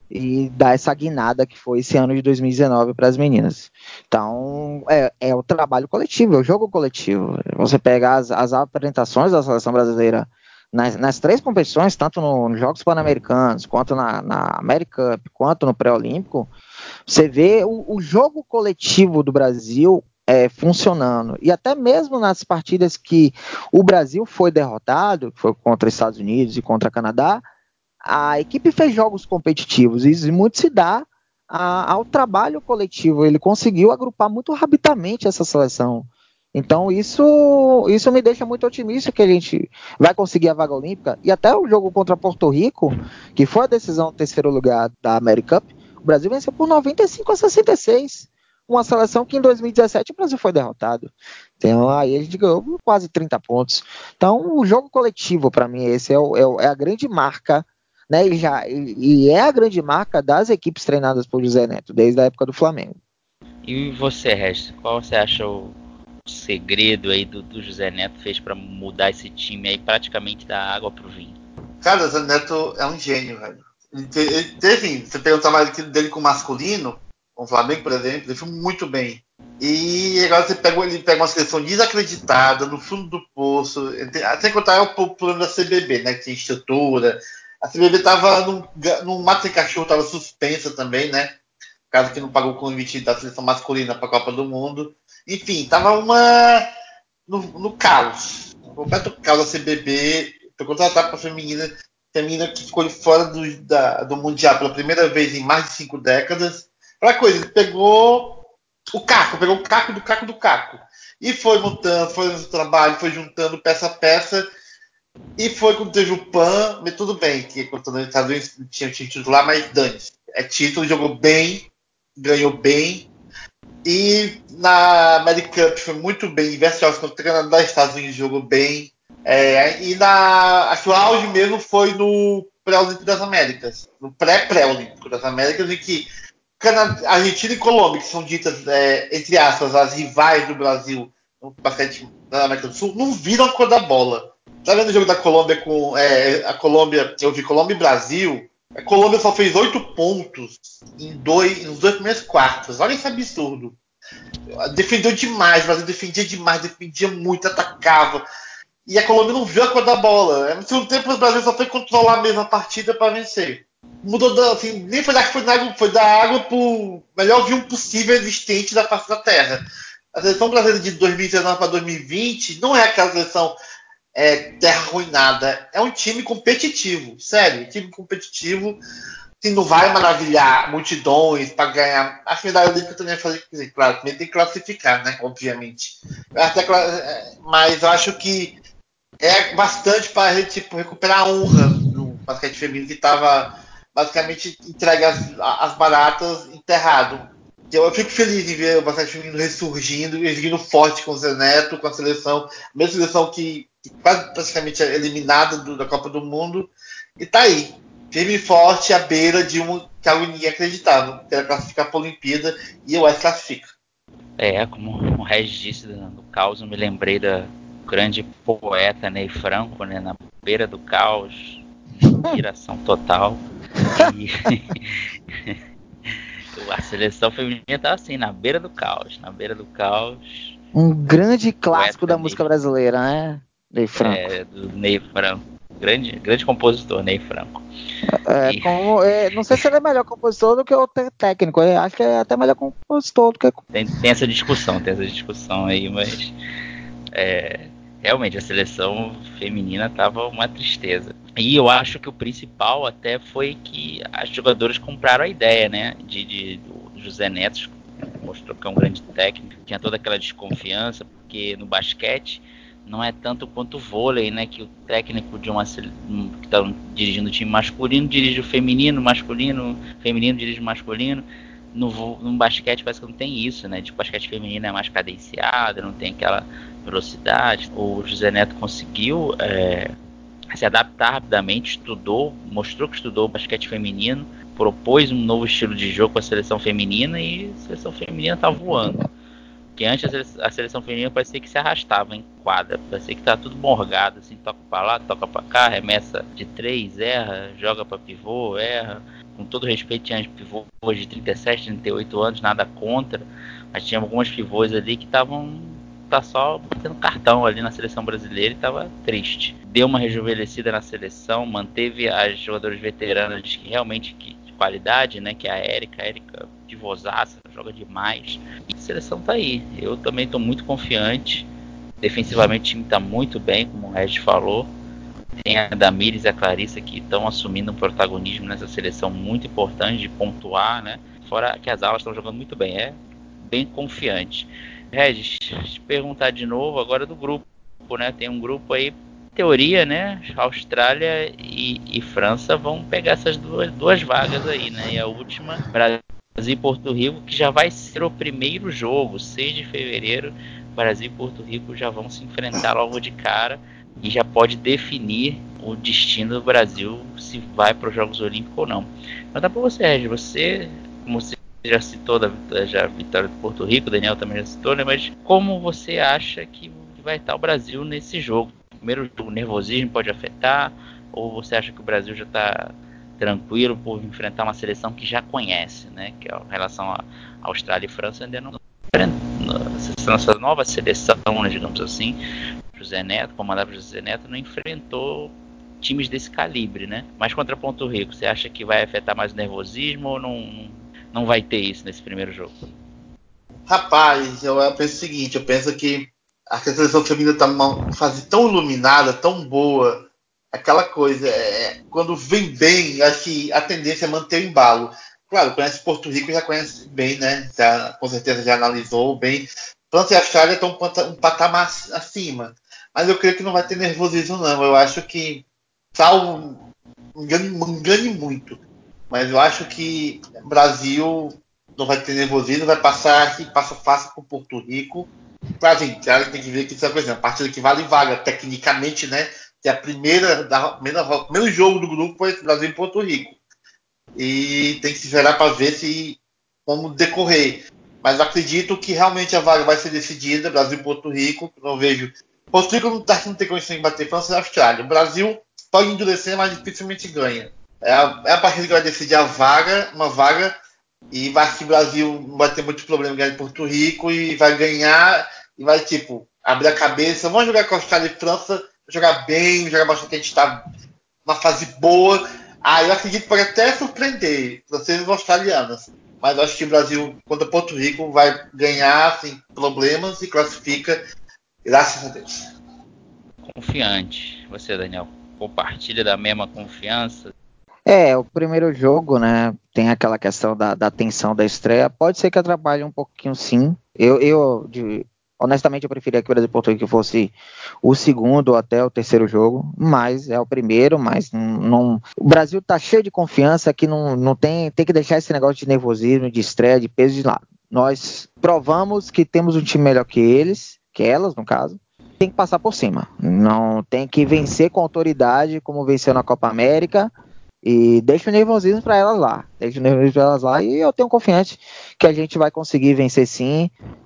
e dar essa guinada que foi esse ano de dois mil e dezenove para as meninas. Então, é, é o trabalho coletivo, é o jogo coletivo. Você pega as, as apresentações da seleção brasileira nas, nas três competições, tanto no, nos Jogos Pan-Americanos, quanto na, na American Cup, quanto no Pré-Olímpico, você vê o, o jogo coletivo do Brasil é, funcionando. E até mesmo nas partidas que o Brasil foi derrotado, que foi contra os Estados Unidos e contra o Canadá, a equipe fez jogos competitivos e muito se dá a, ao trabalho coletivo. Ele conseguiu agrupar muito rapidamente essa seleção. Então isso, isso me deixa muito otimista que a gente vai conseguir a vaga olímpica. E até o jogo contra Porto Rico, que foi a decisão do terceiro lugar da American Cup, o Brasil venceu por noventa e cinco a sessenta e seis. Uma seleção que em dois mil e dezessete o Brasil foi derrotado. Então aí a gente ganhou quase trinta pontos. Então o jogo coletivo, para mim, esse é, o, é, o, é a grande marca, né, e, já, e, e é a grande marca das equipes treinadas por José Neto, desde a época do Flamengo. E você, Regis, qual você acha o segredo aí do, do José Neto fez para mudar esse time aí praticamente da água pro vinho? Cara, o José Neto é um gênio, velho. Ele, ele, assim, você pega o trabalho dele com o masculino, com o Flamengo, por exemplo, ele foi muito bem. E agora você pega, ele pega uma seleção desacreditada, no fundo do poço. Sem contar o problema da C B B, né? Que tem estrutura. A C B B tava num, num mato sem cachorro, tava suspensa também, né? Caso que não pagou o convite da seleção masculina para a Copa do Mundo. Enfim, tava uma. no, no caos. Um completo caos da C B B. Foi contratada para a feminina, feminina que ficou fora do, da, do Mundial pela primeira vez em mais de cinco décadas. Aquela coisa, ele pegou o caco, pegou o caco do caco do caco. E foi montando, foi no trabalho, foi juntando peça a peça. E foi quando teve o Pan, mas tudo bem, que quando nos Estados Unidos tinha, tinha título lá, mas dane-se. É título, jogou bem, ganhou bem. E na American Cup foi muito bem. Diversos jogos contra o Canadá, Estados Unidos jogou bem. É, e na, acho que o auge mesmo foi no pré-olímpico das Américas. No pré-pré-olímpico das Américas, em que Canadá, Argentina e Colômbia, que são ditas, é, entre aspas, as rivais do Brasil no basquete da América do Sul, não viram a cor da bola. Tá vendo o jogo da Colômbia com é, a Colômbia? Eu vi Colômbia e Brasil. A Colômbia só fez oito pontos em dois, nos dois primeiros quartos. Olha esse absurdo. Defendeu demais, o Brasil defendia demais, defendia muito, atacava. E a Colômbia não viu a cor da bola. No segundo tempo, o Brasil só foi controlar a mesma partida para vencer. Mudou da, assim, nem foi da, foi da água, foi da água pro melhor vinho possível existente da face da Terra. A seleção brasileira de dois mil e dezenove para dois mil e vinte não é aquela seleção é, terra arruinada. É um time competitivo, sério, um time competitivo que não vai maravilhar multidões para ganhar. A medalha olímpica também vai fazer, dizer, claro, também tem que classificar, né? Obviamente. Até, mas eu acho que é bastante para tipo, recuperar a honra do basquete feminino que estava basicamente entrega as, as baratas enterrado. Eu, eu fico feliz em ver o basquete feminino ressurgindo e vindo forte com o Zé Neto, com a seleção, a mesma seleção que, que quase praticamente é eliminada do, da Copa do Mundo, e tá aí, firme e forte à beira de um que algo ninguém acreditava, que era classificar para a Olimpíada, e eu acho que classifica. É, como o Regis disse no caos, eu me lembrei da grande poeta Ney Franco, né, na beira do caos, inspiração total. E a seleção feminina tá assim, na beira do caos, na beira do caos. Um grande clássico da Ney, música brasileira, né? Ney Franco. É, do Ney Franco. Grande, grande compositor, Ney Franco. É, E... como, é, não sei se ele é melhor compositor do que o técnico. Eu acho que é até melhor compositor do que. Tem, tem essa discussão, tem essa discussão aí, mas é, realmente a seleção feminina tava uma tristeza. E eu acho que o principal até foi que as jogadoras compraram a ideia, né? De, de do José Neto, mostrou que é um grande técnico, tinha toda aquela desconfiança, porque no basquete não é tanto quanto o vôlei, né? Que o técnico de uma que está dirigindo o time masculino dirige o feminino, masculino, feminino dirige o masculino. No, no basquete parece que não tem isso, né? Tipo, o basquete feminino é mais cadenciado, não tem aquela velocidade. O José Neto conseguiu é, se adaptar rapidamente, estudou, mostrou que estudou o basquete feminino, propôs um novo estilo de jogo com a seleção feminina e a seleção feminina tá voando. Porque antes a seleção feminina parecia que se arrastava em quadra, parecia que tá tudo morgado, assim, toca pra lá, toca pra cá, remessa de três, erra, joga pra pivô, erra. Com todo respeito, tinha pivôs de trinta e sete, trinta e oito anos, nada contra, mas tinha algumas pivôs ali que estavam tá só batendo cartão ali na seleção brasileira e tava triste. Deu uma rejuvenescida na seleção, manteve as jogadoras veteranas que realmente que, de qualidade, né, que é a Érica, a Érica de vozaça, joga demais. E a seleção tá aí. Eu também tô muito confiante. Defensivamente o time tá muito bem, como o Regis falou. Tem a Damires e a Clarissa que estão assumindo um protagonismo nessa seleção muito importante de pontuar, né? Fora que as alas estão jogando muito bem, é bem confiante. Regis, te perguntar de novo agora do grupo, né? Tem um grupo aí, teoria, né? Austrália e, e França vão pegar essas duas, duas vagas aí, né? E a última, Brasil e Porto Rico, que já vai ser o primeiro jogo, seis de fevereiro, Brasil e Porto Rico já vão se enfrentar logo de cara e já pode definir o destino do Brasil se vai para os Jogos Olímpicos ou não. Mas dá para você, Regis, você, como você já citou da já a vitória do Porto Rico, o Daniel também já citou, né? Mas como você acha que vai estar o Brasil nesse jogo? Primeiro, o nervosismo pode afetar? Ou você acha que o Brasil já está tranquilo por enfrentar uma seleção que já conhece, né? Que em relação a Austrália e França ainda não essa nova seleção, digamos assim, José Neto, comandado por José Neto, não enfrentou times desse calibre, né? Mas contra Porto Rico, você acha que vai afetar mais o nervosismo ou não, não vai ter isso nesse primeiro jogo? Rapaz, eu penso o seguinte, eu penso que a seleção feminina está numa fase tão iluminada, tão boa, aquela coisa, é, quando vem bem, acho que a tendência é manter o embalo. Claro, conhece Porto Rico, já conhece bem, né? Já, com certeza já analisou bem. França e Austrália estão um patamar acima. Mas eu creio que não vai ter nervosismo, não. Eu acho que, salvo, me engane, me engane muito, mas eu acho que o Brasil não vai ter nervosismo, vai passar aqui, passa fácil com Porto Rico. Pra gente, a gente tem que ver que isso é por exemplo, a partida que vale vaga, tecnicamente, né? Que é a primeira, da, primeira, o primeiro jogo do grupo foi Brasil e Porto Rico. E tem que se esperar para ver se como decorrer. Mas eu acredito que realmente a vaga vai ser decidida, Brasil e Porto Rico. Não vejo. Porto Rico não, tá, não tem condição de bater França e Austrália. O Brasil pode endurecer, mas dificilmente ganha. É a, é a partida que vai decidir a vaga, uma vaga, e vai que o Brasil não vai ter muito problema ganhar de Porto Rico e vai ganhar e vai, tipo, abrir a cabeça. Vamos jogar com a Austrália e França, jogar bem, jogar bastante, a gente tá numa fase boa. Ah, eu acredito que pode até surpreender vocês australianas. Mas eu acho que o Brasil contra Porto Rico vai ganhar sem problemas e classifica, graças a Deus. Confiante. Você, Daniel, compartilha da mesma confiança? É, o primeiro jogo, né, tem aquela questão da, da tensão da estreia, pode ser que atrapalhe um pouquinho sim. Eu, eu de, Honestamente, eu preferia que o Brasil e Porto Rico fosse o segundo até o terceiro jogo, mas é o primeiro, mas não... O Brasil está cheio de confiança que não, não tem, tem que deixar esse negócio de nervosismo, de estreia, de peso de lado. Nós provamos que temos um time melhor que eles, que elas, no caso, tem que passar por cima. Não tem que vencer com autoridade, como venceu na Copa América, e deixa o nervosismo para elas lá. Deixa o nervosismo para elas lá, e eu tenho confiante que a gente vai conseguir vencer sim,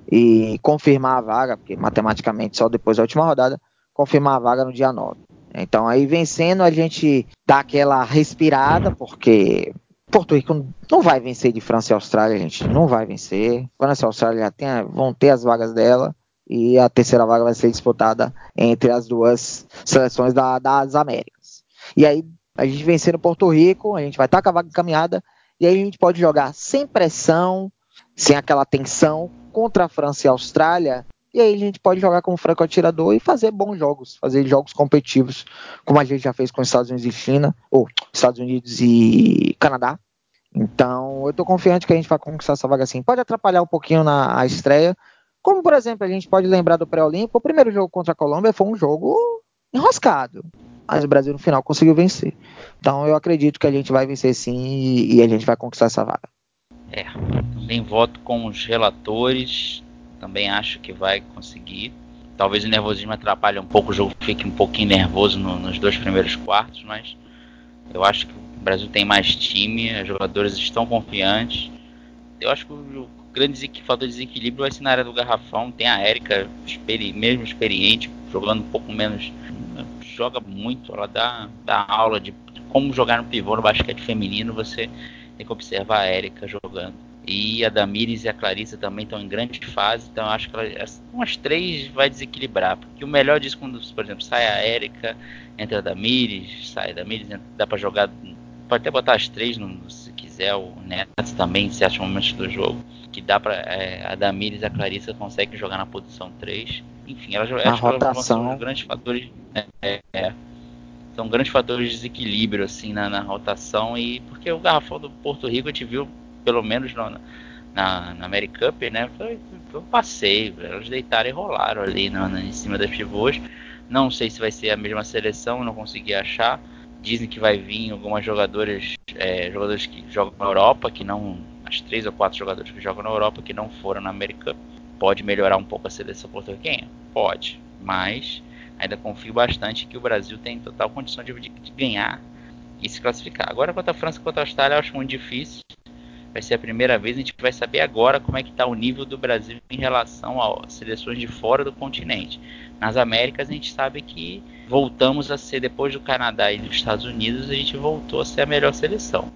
e confirmar a vaga, porque matematicamente só depois da última rodada, confirmar a vaga no dia nove. Então aí vencendo a gente dá aquela respirada, porque Porto Rico não vai vencer de França e Austrália, gente, não vai vencer. França e Austrália já tem, vão ter as vagas dela, e a terceira vaga vai ser disputada entre as duas seleções da, das Américas. E aí a gente vencendo Porto Rico, a gente vai estar com a vaga encaminhada, e aí a gente pode jogar sem pressão, sem aquela tensão, contra a França e a Austrália, e aí a gente pode jogar como franco atirador e fazer bons jogos, fazer jogos competitivos, como a gente já fez com os Estados Unidos e China, ou Estados Unidos e Canadá. Então, eu estou confiante que a gente vai conquistar essa vaga assim. Pode atrapalhar um pouquinho na a estreia, como, por exemplo, a gente pode lembrar do pré-olímpico, o primeiro jogo contra a Colômbia foi um jogo enroscado, mas o Brasil no final conseguiu vencer. Então, eu acredito que a gente vai vencer sim e, e a gente vai conquistar essa vaga. É, também voto com os relatores, também acho que vai conseguir. Talvez o nervosismo atrapalhe um pouco, o jogo fique um pouquinho nervoso no, nos dois primeiros quartos, mas eu acho que o Brasil tem mais time, os jogadores estão confiantes. Eu acho que o grande fator de desequilíbrio vai ser na área do garrafão. Tem a Érica, experi- mesmo experiente, jogando um pouco menos, joga muito, ela dá, dá aula de como jogar no pivô no basquete feminino. Você tem que observar a Érica jogando. E a Damires e a Clarissa também estão em grande fase, então eu acho que elas, umas três vai desequilibrar. Porque o melhor disso quando, por exemplo, sai a Érica, entra a Damires, sai a Damires, dá pra jogar, pode até botar as três no, se quiser, o Neto também, em certos momentos do jogo, que dá pra, é, a Damires e a Clarissa conseguem jogar na posição três. Enfim, elas, Na acho que elas rotação. são grandes fatores, é, é, são grandes fatores de desequilíbrio assim na, na rotação. E porque o garrafão do Porto Rico a gente viu pelo menos no, na, na American Cup, né, foi, foi um passeio, elas deitaram e rolaram ali no, no, em cima das pivôs. Não sei se vai ser a mesma seleção, não consegui achar. Dizem que vai vir algumas jogadoras, é, jogadores que jogam na Europa, que não, as três ou quatro jogadores que jogam na Europa que não foram na American Cup. Pode melhorar um pouco a seleção porto-riquenha? Pode, mas ainda confio bastante que o Brasil tem total condição de, de, de ganhar e se classificar. Agora, quanto a França e quanto a Austrália, eu acho muito difícil. Vai ser a primeira vez, a gente vai saber agora como é que está o nível do Brasil em relação a seleções de fora do continente. Nas Américas a gente sabe que voltamos a ser, depois do Canadá e dos Estados Unidos, a gente voltou a ser a melhor seleção.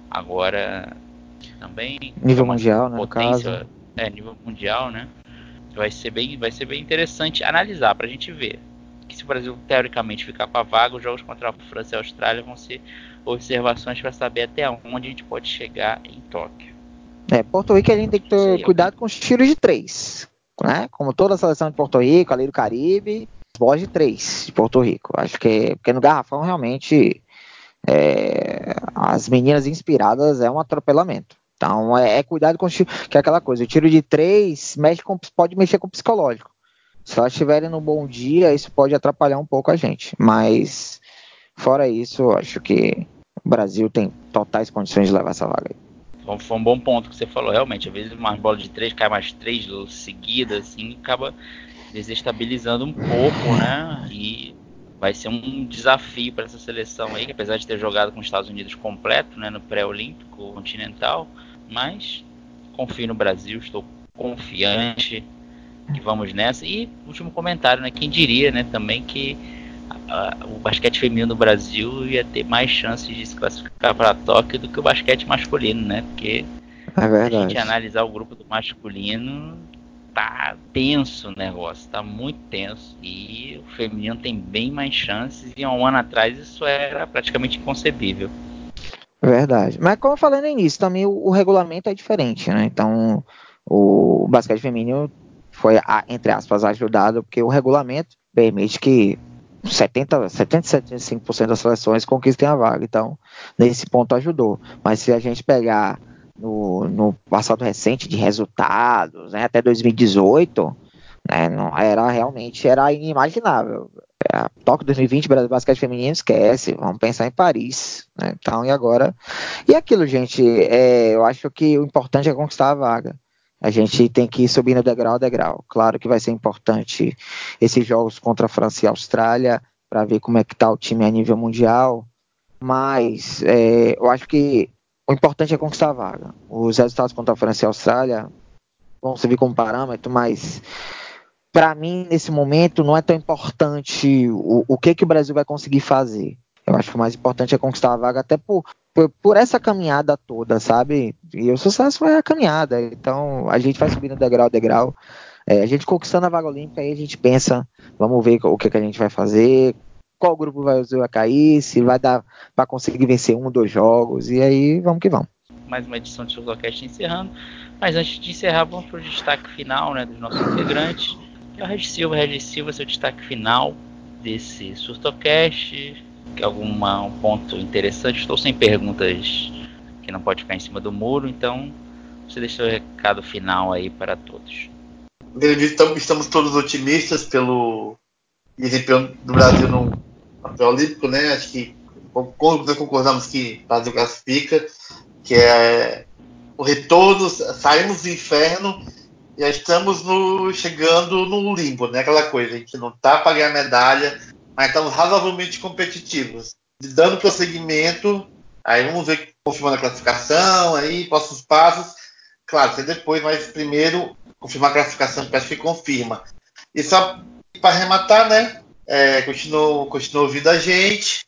Agora, também Nível é uma mundial, né, potência, no caso. é, nível mundial, né? Vai ser bem, vai ser bem interessante analisar para a gente ver. Que se o Brasil teoricamente ficar com a vaga, os jogos contra a França e a Austrália vão ser observações para saber até onde a gente pode chegar em Tóquio. É, Porto Rico a gente tem que ter Sei, cuidado com os tiros de três, né? Como toda a seleção de Porto Rico, ali do Caribe, bolas de três de Porto Rico. Acho que porque no garrafão realmente é, as meninas inspiradas é um atropelamento. Então é, é cuidado com os tiros, que é aquela coisa, o tiro de três mexe com, pode mexer com o psicológico. Se elas estiverem no bom dia, isso pode atrapalhar um pouco a gente. Mas fora isso, acho que o Brasil tem totais condições de levar essa vaga aí. Foi um bom ponto que você falou, realmente. Às vezes uma bola de três cai mais três seguidas, assim, acaba desestabilizando um pouco, né? E vai ser um desafio para essa seleção aí, que apesar de ter jogado com os Estados Unidos completo, né, no pré-olímpico continental, mas confio no Brasil, estou confiante que vamos nessa. E último comentário, né? Quem diria, né, também que a, a, o basquete feminino do Brasil ia ter mais chances de se classificar para Tóquio do que o basquete masculino, né? Porque É se a gente verdade. analisar o grupo do masculino, tá tenso o negócio, tá muito tenso. E o feminino tem bem mais chances, e há um ano atrás isso era praticamente inconcebível. Verdade. Mas como eu falei no início, também o, o regulamento é diferente, né? Então, o basquete feminino foi, entre aspas, ajudado, porque o regulamento permite que setenta, setenta, setenta e cinco por cento das seleções conquistem a vaga. Então, nesse ponto ajudou. Mas se a gente pegar no, no passado recente de resultados, né, até dois mil e dezoito, né? Não era realmente era inimaginável. É, Tóquio dois mil e vinte, Brasil Basquete Feminino, esquece, vamos pensar em Paris, né? Então, e agora? E aquilo, gente, é, eu acho que o importante é conquistar a vaga. A gente tem que ir subindo degrau a degrau. Claro que vai ser importante esses jogos contra a França e a Austrália, para ver como é que está o time a nível mundial, mas é, eu acho que o importante é conquistar a vaga. Os resultados contra a França e a Austrália vão servir como parâmetro, mas para mim, nesse momento, não é tão importante o, o que, que o Brasil vai conseguir fazer. Eu acho que o mais importante é conquistar a vaga, até por, por, por essa caminhada toda, sabe? E o sucesso é a caminhada. Então, a gente vai subindo degrau a degrau. É, a gente conquistando a vaga olímpica, aí a gente pensa, vamos ver o que, que a gente vai fazer, qual grupo vai, vai cair, se vai dar para conseguir vencer um, dois jogos, e aí vamos que vamos. Mais uma edição de Surtocast encerrando. Mas antes de encerrar, vamos para o destaque final, né, dos nossos integrantes. Que é o Regis Silva. Regis Silva, seu destaque final desse Surtocast. Que algum um ponto interessante. Estou sem perguntas que não pode ficar em cima do muro, então você deixa o recado final aí para todos. Estamos todos otimistas pelo desempenho do Brasil no papel olímpico, né? Acho que concordamos que o Brasil classifica, que é o retorno, saímos do inferno e já estamos no, chegando no limbo, né? Aquela coisa, a gente não tá para ganhar medalha, mas estamos razoavelmente competitivos. Dando prosseguimento, aí vamos ver, confirmando a classificação, aí, próximos passos. Claro, você depois, mas primeiro confirmar a classificação, que acho que confirma. E só para arrematar, né? É, continua, continua ouvindo a gente.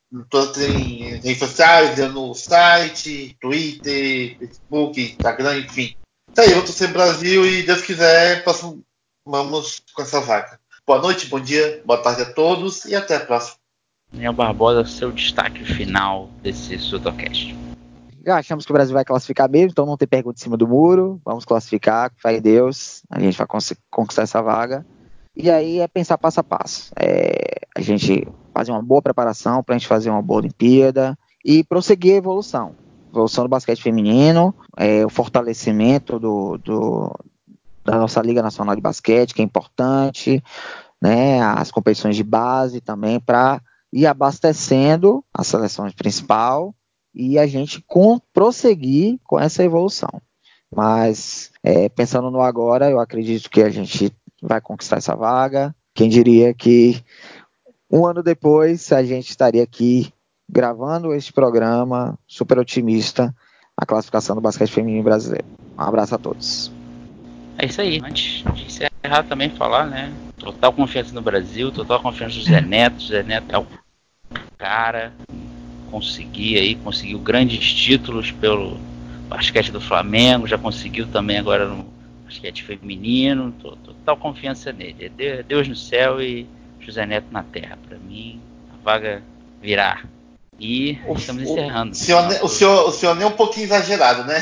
Em redes sociais, no site, Twitter, Facebook, Instagram, enfim. Isso aí, vou torcer Brasil e, Deus quiser, próximo, vamos com essa vaga. Boa noite, bom dia, boa tarde a todos e até a próxima. Daniel Barbosa, seu destaque final desse Surtocast. Já achamos que o Brasil vai classificar mesmo, então não tem pergunta em cima do muro. Vamos classificar, com fé em Deus. A gente vai conquistar essa vaga. E aí é pensar passo a passo. É, a gente fazer uma boa preparação para a gente fazer uma boa Olimpíada e prosseguir a evolução. Evolução do basquete feminino, é, o fortalecimento do, do, da nossa Liga Nacional de Basquete, que é importante, né, as competições de base também, para ir abastecendo a seleção principal e a gente com, prosseguir com essa evolução. Mas, é, pensando no agora, eu acredito que a gente vai conquistar essa vaga. Quem diria que um ano depois a gente estaria aqui gravando este programa super otimista, a classificação do basquete feminino brasileiro. Um abraço a todos. É isso aí. Antes de encerrar também falar, né? Total confiança no Brasil, total confiança no Zé Neto. Zé Neto é o cara, conseguir aí, conseguiu grandes títulos pelo basquete do Flamengo, já conseguiu também agora no basquete feminino, total confiança nele. É Deus no céu e José Neto na terra. Para mim, a vaga virá. E o, estamos encerrando. O senhor, nosso... o, senhor, o senhor nem um pouquinho exagerado, né?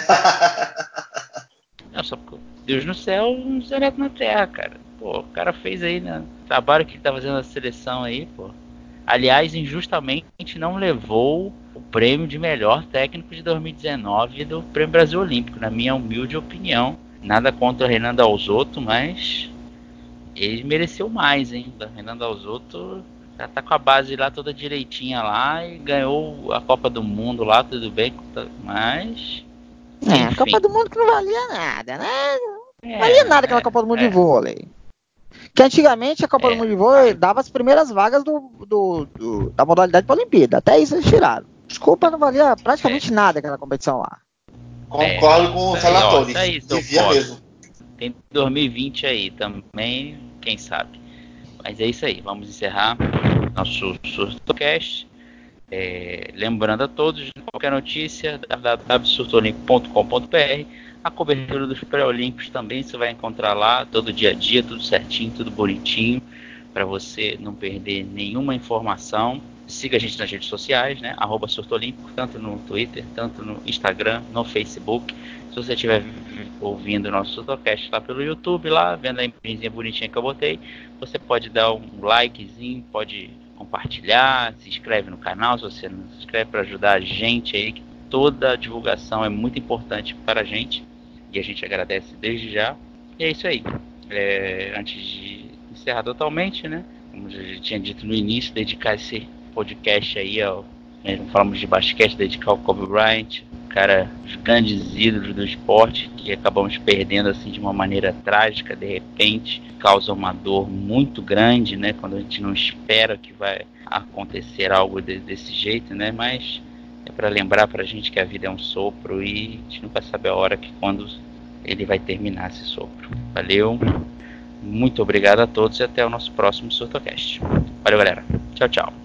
Não, só porque Deus no céu, José Neto na terra, cara. Pô, o cara fez aí, né? O trabalho que ele tá fazendo na seleção aí, pô. Aliás, injustamente não levou o prêmio de melhor técnico de dois mil e dezenove do Prêmio Brasil Olímpico, na minha humilde opinião. Nada contra o Renan Dalzotto, mas ele mereceu mais, hein? O Renan Dalzotto já tá com a base lá toda direitinha lá e ganhou a Copa do Mundo lá, tudo bem, mas... É, a Copa do Mundo que não valia nada, né? Não é, valia nada aquela é, Copa do Mundo é. de vôlei. Que antigamente a Copa é, do Mundo de Vôlei é. dava as primeiras vagas do, do, do, da modalidade para a Olimpíada. Até isso eles tiraram. Desculpa, não valia praticamente é. nada aquela competição lá. Concordo é. com os relatores. Aí, devia mesmo. Tem dois mil e vinte aí também, quem sabe. Mas é isso aí, vamos encerrar nosso Surtocast. É, lembrando a todos, qualquer notícia, w w w ponto surtolimpo ponto com ponto b r. A cobertura dos pré-olímpicos também você vai encontrar lá, todo dia a dia, tudo certinho, tudo bonitinho, para você não perder nenhuma informação. Siga a gente nas redes sociais, né? arroba surtolimpo, tanto no Twitter, tanto no Instagram, no Facebook. Se você estiver ouvindo o nosso Surtocast lá pelo YouTube, lá, vendo a imagenzinha bonitinha que eu botei, você pode dar um likezinho, pode compartilhar, se inscreve no canal se você não se inscreve, para ajudar a gente aí, que toda a divulgação é muito importante para a gente e a gente agradece desde já. E é isso aí. é, antes de encerrar totalmente, né? Como eu já tinha dito no início, dedicar esse podcast aí ao, né, não falamos de basquete, dedicar ao Kobe Bryant, cara, os grandes ídolos do esporte que acabamos perdendo assim de uma maneira trágica, de repente, causa uma dor muito grande, né? Quando a gente não espera que vai acontecer algo de, desse jeito, né? Mas é para lembrar pra gente que a vida é um sopro e a gente nunca sabe a hora que quando ele vai terminar esse sopro. Valeu, muito obrigado a todos e até o nosso próximo SurtoCast. Valeu, galera. Tchau, tchau.